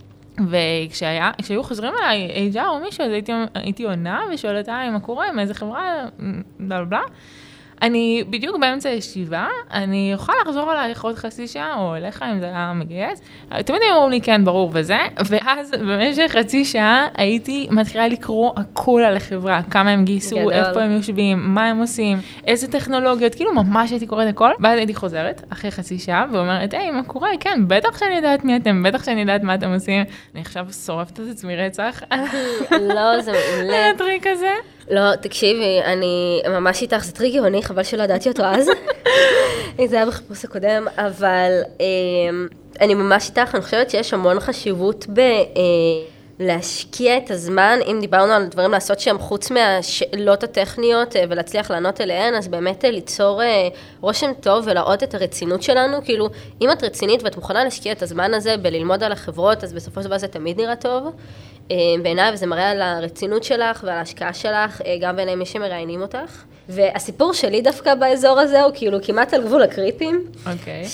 וכשהיו חוזרים אליי אייץ' אר או מישהו, אז הייתי, הייתי עונה ושואלת עליי מה קורה, מאיזה חברה, בלה בלה. אני בדיוק באמצע הישיבה, אני אוכל לחזור עלייך עוד חצי שעה, או אליך אם זה היה מגייס. תמיד הם אמרו לי כן, ברור וזה, ואז במשך חצי שעה הייתי מתחילה לקרוא הכל על החברה, כמה הם גייסו, איפה הם יושבים, מה הם עושים, איזה טכנולוגיות, כאילו ממש הייתי קוראת הכל, ואז הייתי חוזרת אחרי חצי שעה, ואומרת, היי, מה קורה? כן, בטח שאני יודעת מי אתם, בטח שאני יודעת מה אתם עושים. אני עכשיו שורפת את עצמי רצח. לא, זה מעולה. הטריק הזה. לא, תקשיבי, אני ממש איתך, זה טריק גאוני, חבל שלא ידעתי אותו אז. זה היה בחיפוש הקודם, אבל אני ממש איתך, אני חושבת שיש המון חשיבות בלהשקיע את הזמן, אם דיברנו על דברים לעשות שהם חוץ מהשאלות הטכניות ולהצליח לענות אליהן, אז באמת ליצור רושם טוב ולראות את הרצינות שלנו, כאילו, אם את רצינית ואת מוכנה להשקיע את הזמן הזה בללמוד על החברות, אז בסופו של דבר זה תמיד נראה טוב. בעיניי, וזה מראה על הרצינות שלך ועל ההשקעה שלך, גם בעיני מי שמראיינים אותך. והסיפור שלי דווקא באזור הזה הוא כאילו כמעט על גבול הקריפים. אוקיי.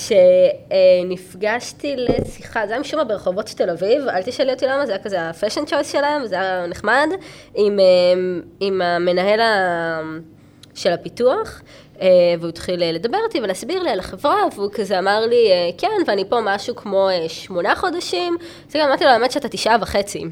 שנפגשתי לשיחה, זה היה משום מה ברחובות של תל אביב, אל תשאלי אותי למה, זה היה כזה הפשן צ'ויס שלהם, זה היה נחמד, עם, עם המנהל של הפיתוח, והוא התחיל לדבר איתי ולהסביר לי על החברה, והוא כזה אמר לי, כן, ואני פה משהו כמו שמונה חודשים, אז גם אמרתי לו, האמת שאתה תשעה וחצי.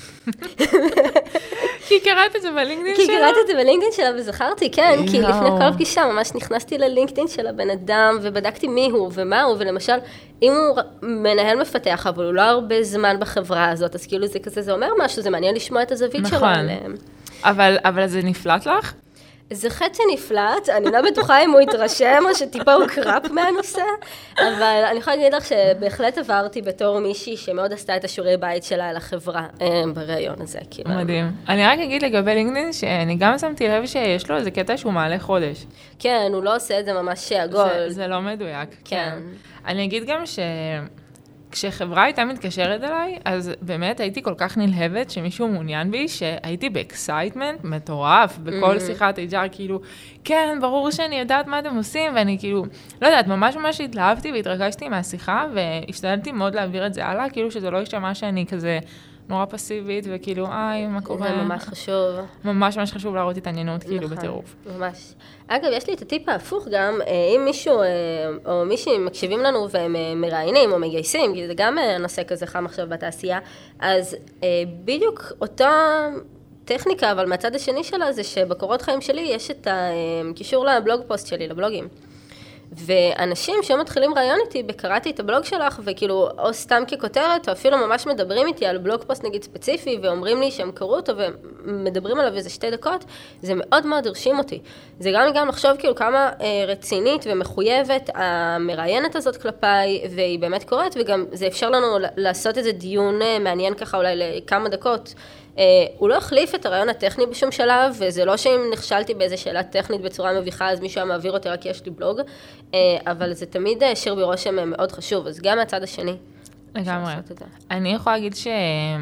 כי קראת את זה בלינקדאין שלה? כי קראת את זה בלינקדאין שלה וזכרתי, כן, כי לפני כל פגישה ממש נכנסתי ללינקדאין של הבן אדם, ובדקתי מי הוא ומה הוא, ולמשל, אם הוא מנהל מפתח, אבל הוא לא הרבה זמן בחברה הזאת, אז כאילו זה כזה, זה אומר משהו, זה מעניין לשמוע את הזווית שלו עליהם. אבל זה נפלט לך? זה חצי נפלט, אני לא בטוחה אם הוא התרשם או שטיפה הוא קראפ מהנושא, אבל אני יכולה להגיד לך שבהחלט עברתי בתור מישהי שמאוד עשתה את השיעורי בית שלה על החברה בראיון הזה. מדהים. אני רק אגיד לגבי לינקדאין שאני גם שמתי לב שיש לו איזה קטע שהוא מעלה חודש. כן, הוא לא עושה את זה ממש עגול. זה לא מדויק. כן. אני אגיד גם ש... כשחברה הייתה מתקשרת אליי, אז באמת הייתי כל כך נלהבת שמישהו מעוניין בי, שהייתי באקסייטמנט מטורף, בכל שיחת אייץ' אר, כאילו, כן, ברור שאני יודעת מה אתם עושים, ואני כאילו, לא יודעת, ממש ממש התלהבתי והתרגשתי מהשיחה, והשתדלתי מאוד להעביר את זה הלאה, כאילו שזה לא ישמע שאני כזה נורא פסיבית, וכאילו, איי, מה קורה? זה ממש חשוב. ממש ממש חשוב להראות התעניינות, כאילו, בטירוף. ממש. אגב, יש לי את הטיפ ההפוך גם, אם מישהו או מישהי מקשיבים לנו והם מראיינים או מגייסים, כי זה גם נושא כזה חם עכשיו בתעשייה, אז בדיוק אותה טכניקה, אבל מהצד השני שלה זה שבקורות חיים שלי יש את הקישור לבלוג פוסט שלי, לבלוגים. ואנשים שמתחילים רעיון איתי, בקראתי את הבלוג שלך, וכאילו, או סתם ככותרת, או אפילו ממש מדברים איתי על בלוג פוסט נגיד ספציפי, ואומרים לי שהם קראו אותו, מדברים עליו איזה שתי דקות, זה מאוד מאוד הרשים אותי. זה גם גם לחשוב כאילו כמה אה, רצינית ומחויבת המראיינת הזאת כלפיי, והיא באמת קוראת, וגם זה אפשר לנו לעשות איזה דיון אה, מעניין ככה אולי לכמה דקות. אה, הוא לא החליף את הרעיון הטכני בשום שלב, וזה לא שאם נכשלתי באיזה שאלה טכנית בצורה מביכה, אז מישהו היה מעביר אותי רק כי יש לי בלוג, אה, אבל זה תמיד השאיר בי רושם מאוד חשוב, אז גם מהצד השני. לגמרי. אני יכולה להגיד ש...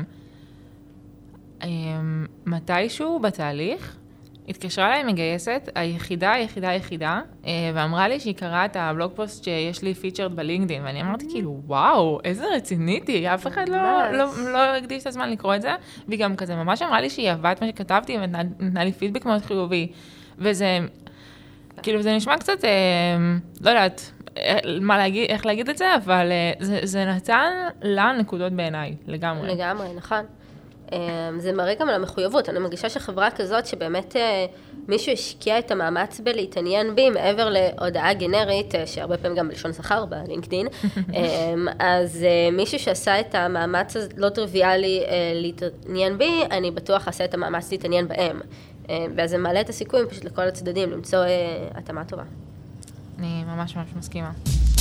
מתישהו בתהליך, התקשרה אליי מגייסת, היחידה, היחידה, היחידה, ואמרה לי שהיא קראה את הבלוג פוסט שיש לי פיצ'רד בלינקדין, ואני אמרתי כאילו, וואו, איזה רציניתי, אף אחד לא, לא, לא הקדיש את הזמן לקרוא את זה, והיא גם כזה ממש אמרה לי שהיא אהבה את מה שכתבתי, ונתנה לי פידבק מאוד חיובי, וזה, כאילו זה נשמע קצת, לא יודעת, מה להגיד, איך להגיד את זה, אבל זה, זה נתן לה נקודות בעיניי, לגמרי. לגמרי, נכון. זה מראה גם על המחויבות. אני מרגישה שחברה כזאת שבאמת מישהו השקיע את המאמץ בלהתעניין בי מעבר להודעה גנרית, שהרבה פעמים גם בלשון שכר בלינקדין, אז מישהו שעשה את המאמץ לא טריוויאלי להתעניין בי, אני בטוח עשה את המאמץ להתעניין בהם. ואז זה מעלה את הסיכויים פשוט לכל הצדדים למצוא התאמה טובה. אני ממש ממש מסכימה.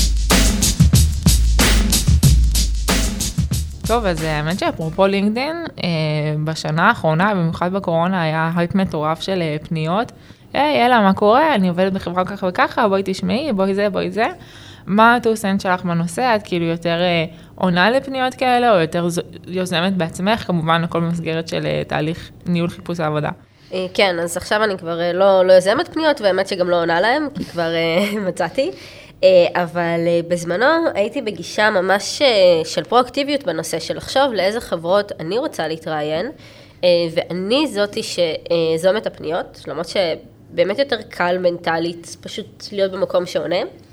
טוב, אז האמת שאפרופו לינקדין, בשנה האחרונה, במיוחד בקורונה, היה הייפ מטורף של פניות. היי, יאללה, מה קורה? אני עובדת בחברה ככה וככה, בואי תשמעי, בואי זה, בואי זה. מה התוסנט שלך בנושא? את כאילו יותר עונה לפניות כאלה, או יותר יוזמת בעצמך, כמובן, הכל במסגרת של תהליך ניהול חיפוש העבודה. כן, אז עכשיו אני כבר לא, לא יוזמת פניות, והאמת שגם לא עונה להם, כי כבר מצאתי. אבל בזמנו הייתי בגישה ממש של פרואקטיביות בנושא של לחשוב לאיזה חברות אני רוצה להתראיין, ואני זאתי שזום את הפניות, למרות שבאמת יותר קל מנטלית פשוט להיות במקום שעונה,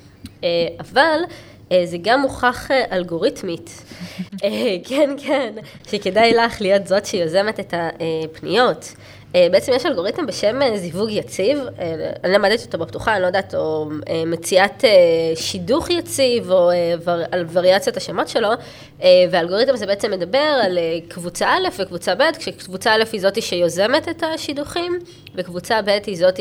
אבל זה גם מוכח אלגוריתמית, כן, כן, שכדאי לך להיות זאת שיוזמת את הפניות. בעצם יש אלגוריתם בשם זיווג יציב, אני למדתי אותו בפתוחה, אני לא יודעת, או מציאת שידוך יציב, או על וריאציות השמות שלו, והאלגוריתם הזה בעצם מדבר על קבוצה א' וקבוצה ב', כשקבוצה א' היא זאתי שיוזמת את השידוכים, וקבוצה ב' היא זאתי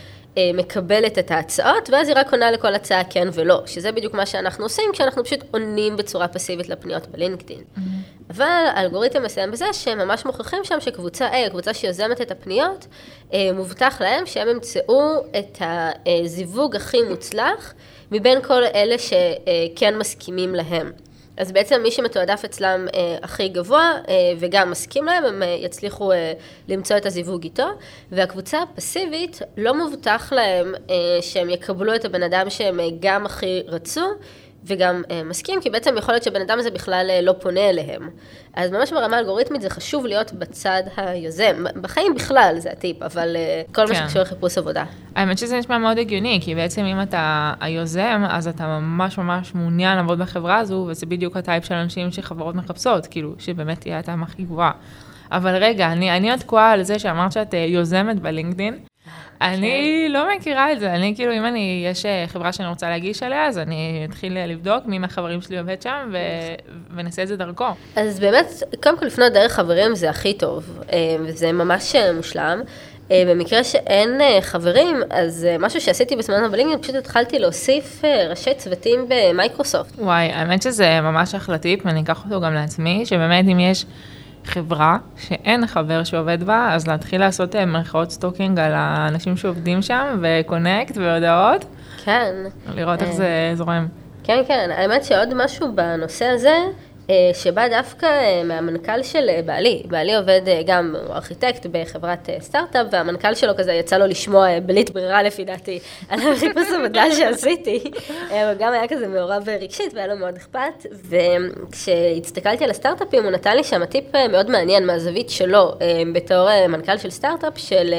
שמקבלת את ההצעות, ואז היא רק עונה לכל הצעה כן ולא, שזה בדיוק מה שאנחנו עושים, כשאנחנו פשוט עונים בצורה פסיבית לפניות בלינקדין. אבל האלגוריתם מסיים בזה שהם ממש מוכיחים שם שקבוצה A, הקבוצה שיוזמת את הפניות, מובטח להם שהם ימצאו את הזיווג הכי מוצלח מבין כל אלה שכן מסכימים להם. אז בעצם מי שמתועדף אצלם הכי גבוה וגם מסכים להם, הם יצליחו למצוא את הזיווג איתו, והקבוצה הפסיבית לא מובטח להם שהם יקבלו את הבן אדם שהם גם הכי רצו, וגם uh, מסכים, כי בעצם יכול להיות שבן אדם הזה בכלל uh, לא פונה אליהם. אז ממש ברמה אלגוריתמית זה חשוב להיות בצד היוזם. בחיים בכלל זה הטיפ, אבל uh, כל כן. מה שקשור לחיפוש עבודה. האמת שזה נשמע מאוד הגיוני, כי בעצם אם אתה היוזם, אז אתה ממש ממש מעוניין לעבוד בחברה הזו, וזה בדיוק הטייפ של אנשים שחברות מחפשות, כאילו, שבאמת תהיה הטעם הכי גבוהה. אבל רגע, אני, אני עוד תקועה על זה שאמרת שאת יוזמת בלינקדין, אני לא מכירה את זה, אני כאילו, אם אני, יש חברה שאני רוצה להגיש עליה, אז אני אתחיל לבדוק מי מהחברים שלי עובד שם, ונעשה את זה דרכו. אז באמת, קודם כל לפנות דרך חברים זה הכי טוב, וזה ממש מושלם. במקרה שאין חברים, אז משהו שעשיתי בזמן בלינקדין, פשוט התחלתי להוסיף ראשי צוותים במייקרוסופט. וואי, האמת שזה ממש אחלה טיפ, ואני אקח אותו גם לעצמי, שבאמת אם יש חברה שאין חבר שעובד בה, אז להתחיל לעשות מרכאות סטוקינג על האנשים שעובדים שם, וקונקט והודעות. כן. לראות איך זה זורם. כן, כן. האמת שעוד משהו בנושא הזה, שבא דווקא מהמנכ"ל של בעלי. בעלי עובד גם, הוא ארכיטקט בחברת סטארט-אפ, והמנכ"ל שלו כזה יצא לו לשמוע בלית ברירה לפי דעתי, על החיפוש עבודה שעשיתי. הוא גם היה כזה מעורב רגשית, והיה לו מאוד אכפת. וכשהסתכלתי על הסטארט-אפים, הוא נתן לי שם טיפ מאוד מעניין מהזווית שלו, בתור מנכ"ל של סטארט-אפ, של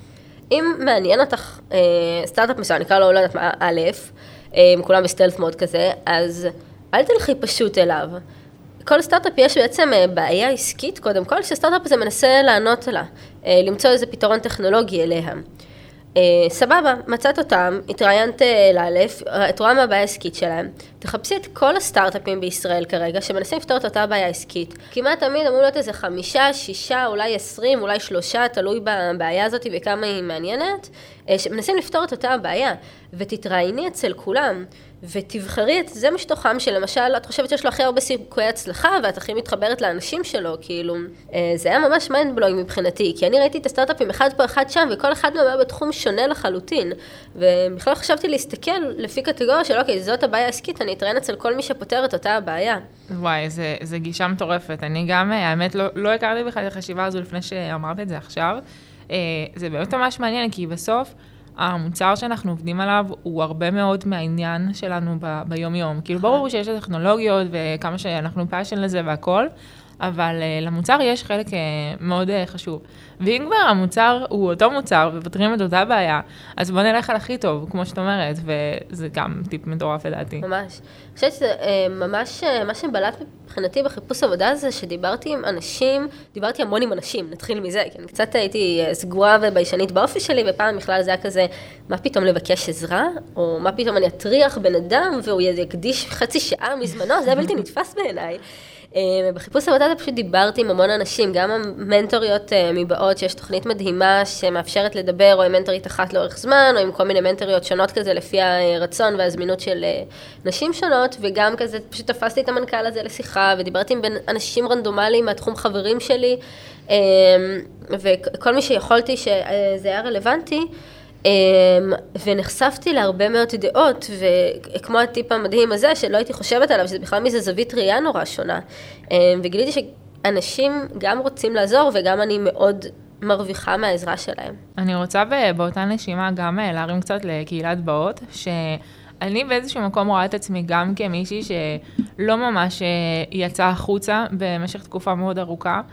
אם מעניין אותך סטארט-אפ מסוים, נקרא לו, לא יודעת מה, א', כולם בסטלף מוד כזה, אז אל תלכי פשוט אליו. כל סטארט-אפ יש בעצם בעיה עסקית, קודם כל, שסטארט-אפ הזה מנסה לענות לה, למצוא איזה פתרון טכנולוגי אליה. סבבה, מצאת אותם, התראיינת לאלף, את רואה מה הבעיה העסקית שלהם. תחפשי את כל הסטארט-אפים בישראל כרגע, שמנסים לפתור את אותה בעיה עסקית. כמעט תמיד אמור להיות איזה חמישה, שישה, אולי עשרים, אולי שלושה, תלוי בבעיה הזאת וכמה היא מעניינת, שמנסים לפתור את אותה הבעיה, ותתראייני אצל כולם, ותבחרי את זה משתוכם שלמשל, את חושבת שיש לו הכי הרבה סיכויי הצלחה, ואת הכי מתחברת לאנשים שלו, כאילו, זה היה ממש מיינד-בלואינג מבחינתי, כי אני ראיתי את הסטארט-אפים אחד פה, אחד שם, וכל אחד מהם היה בתחום שונה לחלוטין, ובכלל חשבתי להסתכל לפי קטגוריה של, אוקיי, זאת הבעיה העסקית, אני אתראיין אצל כל מי שפותר את אותה הבעיה. וואי, זה, זה גישה מטורפת. אני גם, האמת, לא, לא הכרתי בכלל את החשיבה הזו לפני שאמרת את זה עכשיו. זה באמת ממש מעניין, כי בסוף, המוצר שאנחנו עובדים עליו הוא הרבה מאוד מהעניין שלנו ב- ביום-יום. כאילו ברור שיש טכנולוגיות וכמה שאנחנו פאשן לזה והכל, אבל uh, למוצר יש חלק uh, מאוד uh, חשוב. ואם כבר המוצר הוא אותו מוצר ופותרים את אותה בעיה, אז בוא נלך על הכי טוב, כמו שאת אומרת, וזה גם טיפ מטורף לדעתי. ממש. אני חושבת שזה ממש, מה שבלט מבחינתי בחיפוש עבודה זה שדיברתי עם אנשים, דיברתי המון עם אנשים, נתחיל מזה, כי אני קצת הייתי סגורה וביישנית באופי שלי, ופעם בכלל זה היה כזה, מה פתאום לבקש עזרה, או מה פתאום אני אטריח בן אדם, והוא יקדיש חצי שעה מזמנו, זה היה בלתי נתפס בעיניי. בחיפוש עבודה זה פשוט דיברתי עם המון אנשים, גם המנטוריות מבאות, שיש תוכנית מדהימה שמאפשרת לדבר, או עם מנטורית אחת לאורך זמן, או עם כל מיני מנטוריות שונות כזה, לפי הרצון והזמינות של נשים שונות, וגם כזה פשוט תפסתי את המנכ"ל הזה לשיחה, ודיברתי עם אנשים רנדומליים מהתחום חברים שלי, וכל מי שיכולתי שזה היה רלוונטי, ונחשפתי להרבה מאוד דעות, וכמו הטיפ המדהים הזה, שלא הייתי חושבת עליו, שזה בכלל מזה זווית ראייה נורא שונה, וגיליתי שאנשים גם רוצים לעזור, וגם אני מאוד מרוויחה מהעזרה שלהם. אני רוצה באותה נשימה גם להרים קצת לקהילת באות, שאני באיזשהו מקום רואה את עצמי גם כמישהי שלא ממש יצאה החוצה במשך תקופה מאוד ארוכה,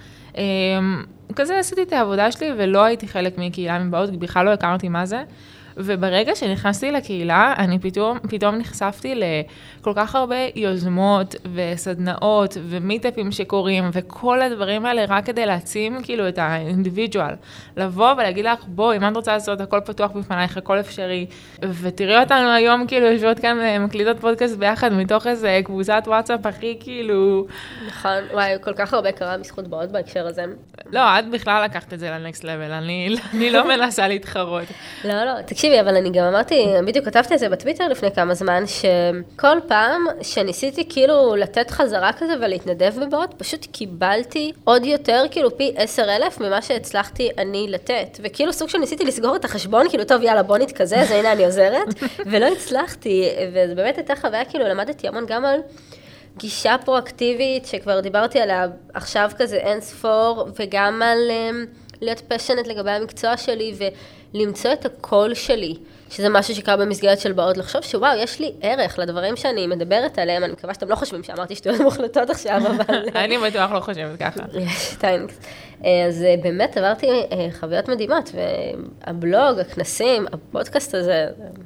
כזה עשיתי את העבודה שלי ולא הייתי חלק מקהילה מבאות, בכלל לא הכרתי מה זה, וברגע שנכנסתי לקהילה, אני פתאום, פתאום נחשפתי לכל כך הרבה יוזמות וסדנאות ומיטאפים שקורים, וכל הדברים האלה רק כדי להעצים כאילו את האינדיבידואל. לבוא ולהגיד לך, בוא, אם את רוצה לעשות, הכל פתוח בפנייך, הכל אפשרי, ותראי אותנו היום כאילו יושבות כאן מקליטות פודקאסט ביחד, מתוך איזה קבוצת וואטסאפ הכי כאילו... נכון, וואי, כל כך הרבה קרה בזכות באות בהקשר הזה. לא, את בכלל לקחת את זה לנקסט לבל, אני, אני לא מנסה להתחרות. לא, לא, תקשיבי, אבל אני גם אמרתי, בדיוק כתבתי את זה בטוויטר לפני כמה זמן, שכל פעם שניסיתי כאילו לתת חזרה כזה ולהתנדב בבאות, פשוט קיבלתי עוד יותר, כאילו פי עשר אלף ממה שהצלחתי אני לתת. וכאילו סוג של ניסיתי לסגור את החשבון, כאילו טוב, יאללה, בוא נתכזה, אז הנה אני עוזרת, ולא הצלחתי. וזה באמת הייתה חוויה, כאילו למדתי המון גם על גישה פרואקטיבית, שכבר דיברתי עליה עכשיו כזה אין ספור, וגם על להיות פשנט לגבי המקצוע שלי, ולמצוא את הקול שלי, שזה משהו שקרה במסגרת של באות, לחשוב שוואו, יש לי ערך לדברים שאני מדברת עליהם, אני מקווה שאתם לא חושבים שאמרתי שטויות מוחלטות עכשיו, אבל... אני בטוח לא חושבת ככה. יש, טיינקס. אז באמת עברתי חוויות מדהימות, והבלוג, הכנסים, הפודקאסט הזה,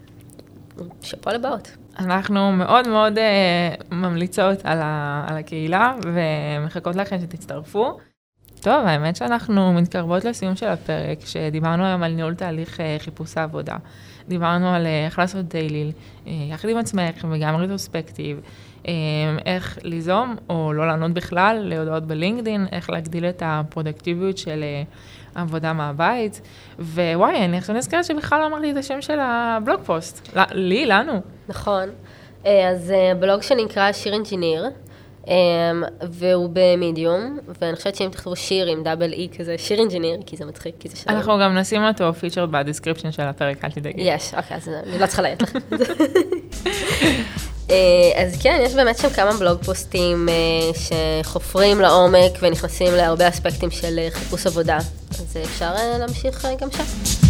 שאפו לבאות. אנחנו מאוד מאוד ממליצות על הקהילה, ומחכות לכם שתצטרפו. טוב, האמת שאנחנו מתקרבות לסיום של הפרק, שדיברנו היום על ניהול תהליך חיפוש העבודה. דיברנו על איך לעשות דייליל, יחד עם עצמך וגם רטרוספקטיב, איך ליזום או לא לענות בכלל להודעות בלינקדין, איך להגדיל את הפרודקטיביות של עבודה מהבית. ווואי, אני עכשיו נזכרת שבכלל לא אמרתי את השם של הבלוג פוסט. לי, לנו. נכון. אז הבלוג שנקרא שיר אינג'יניר, והוא במדיום, ואני חושבת שאם תכתבו שיר עם דאבל אי כזה, שיר אינג'יניר, כי זה מצחיק, כי זה שלנו. אנחנו גם נשים אותו פיצ'רד בדיסקריפשן של הפרק, אל תדאגי. יש, אוקיי, אז אני לא צריכה להיית לך. אז כן, יש באמת שם כמה בלוג פוסטים שחופרים לעומק ונכנסים להרבה אספקטים של חיפוש עבודה, אז אפשר להמשיך גם שם.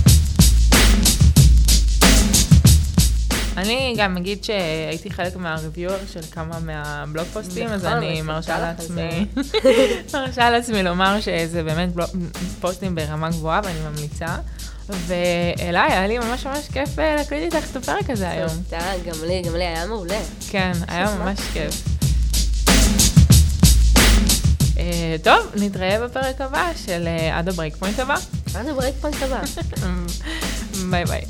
אני גם אגיד שהייתי חלק מהריוויור של כמה מהבלוג פוסטים, אז אני מרשה לעצמי, מרשה לעצמי לומר שזה באמת פוסטים ברמה גבוהה ואני ממליצה. ואליי, היה לי ממש ממש כיף להקליט איתך את הפרק הזה היום. תודה, גם לי, גם לי היה מעולה. כן, היה ממש כיף. טוב, נתראה בפרק הבא של עד הברייק פוינט הבא. עד הברייק פוינט הבא. ביי ביי.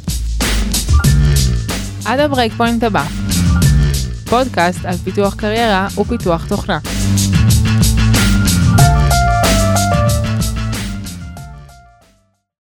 עד הברייק פוינט הבא. פודקאסט על פיתוח קריירה ופיתוח תוכנה.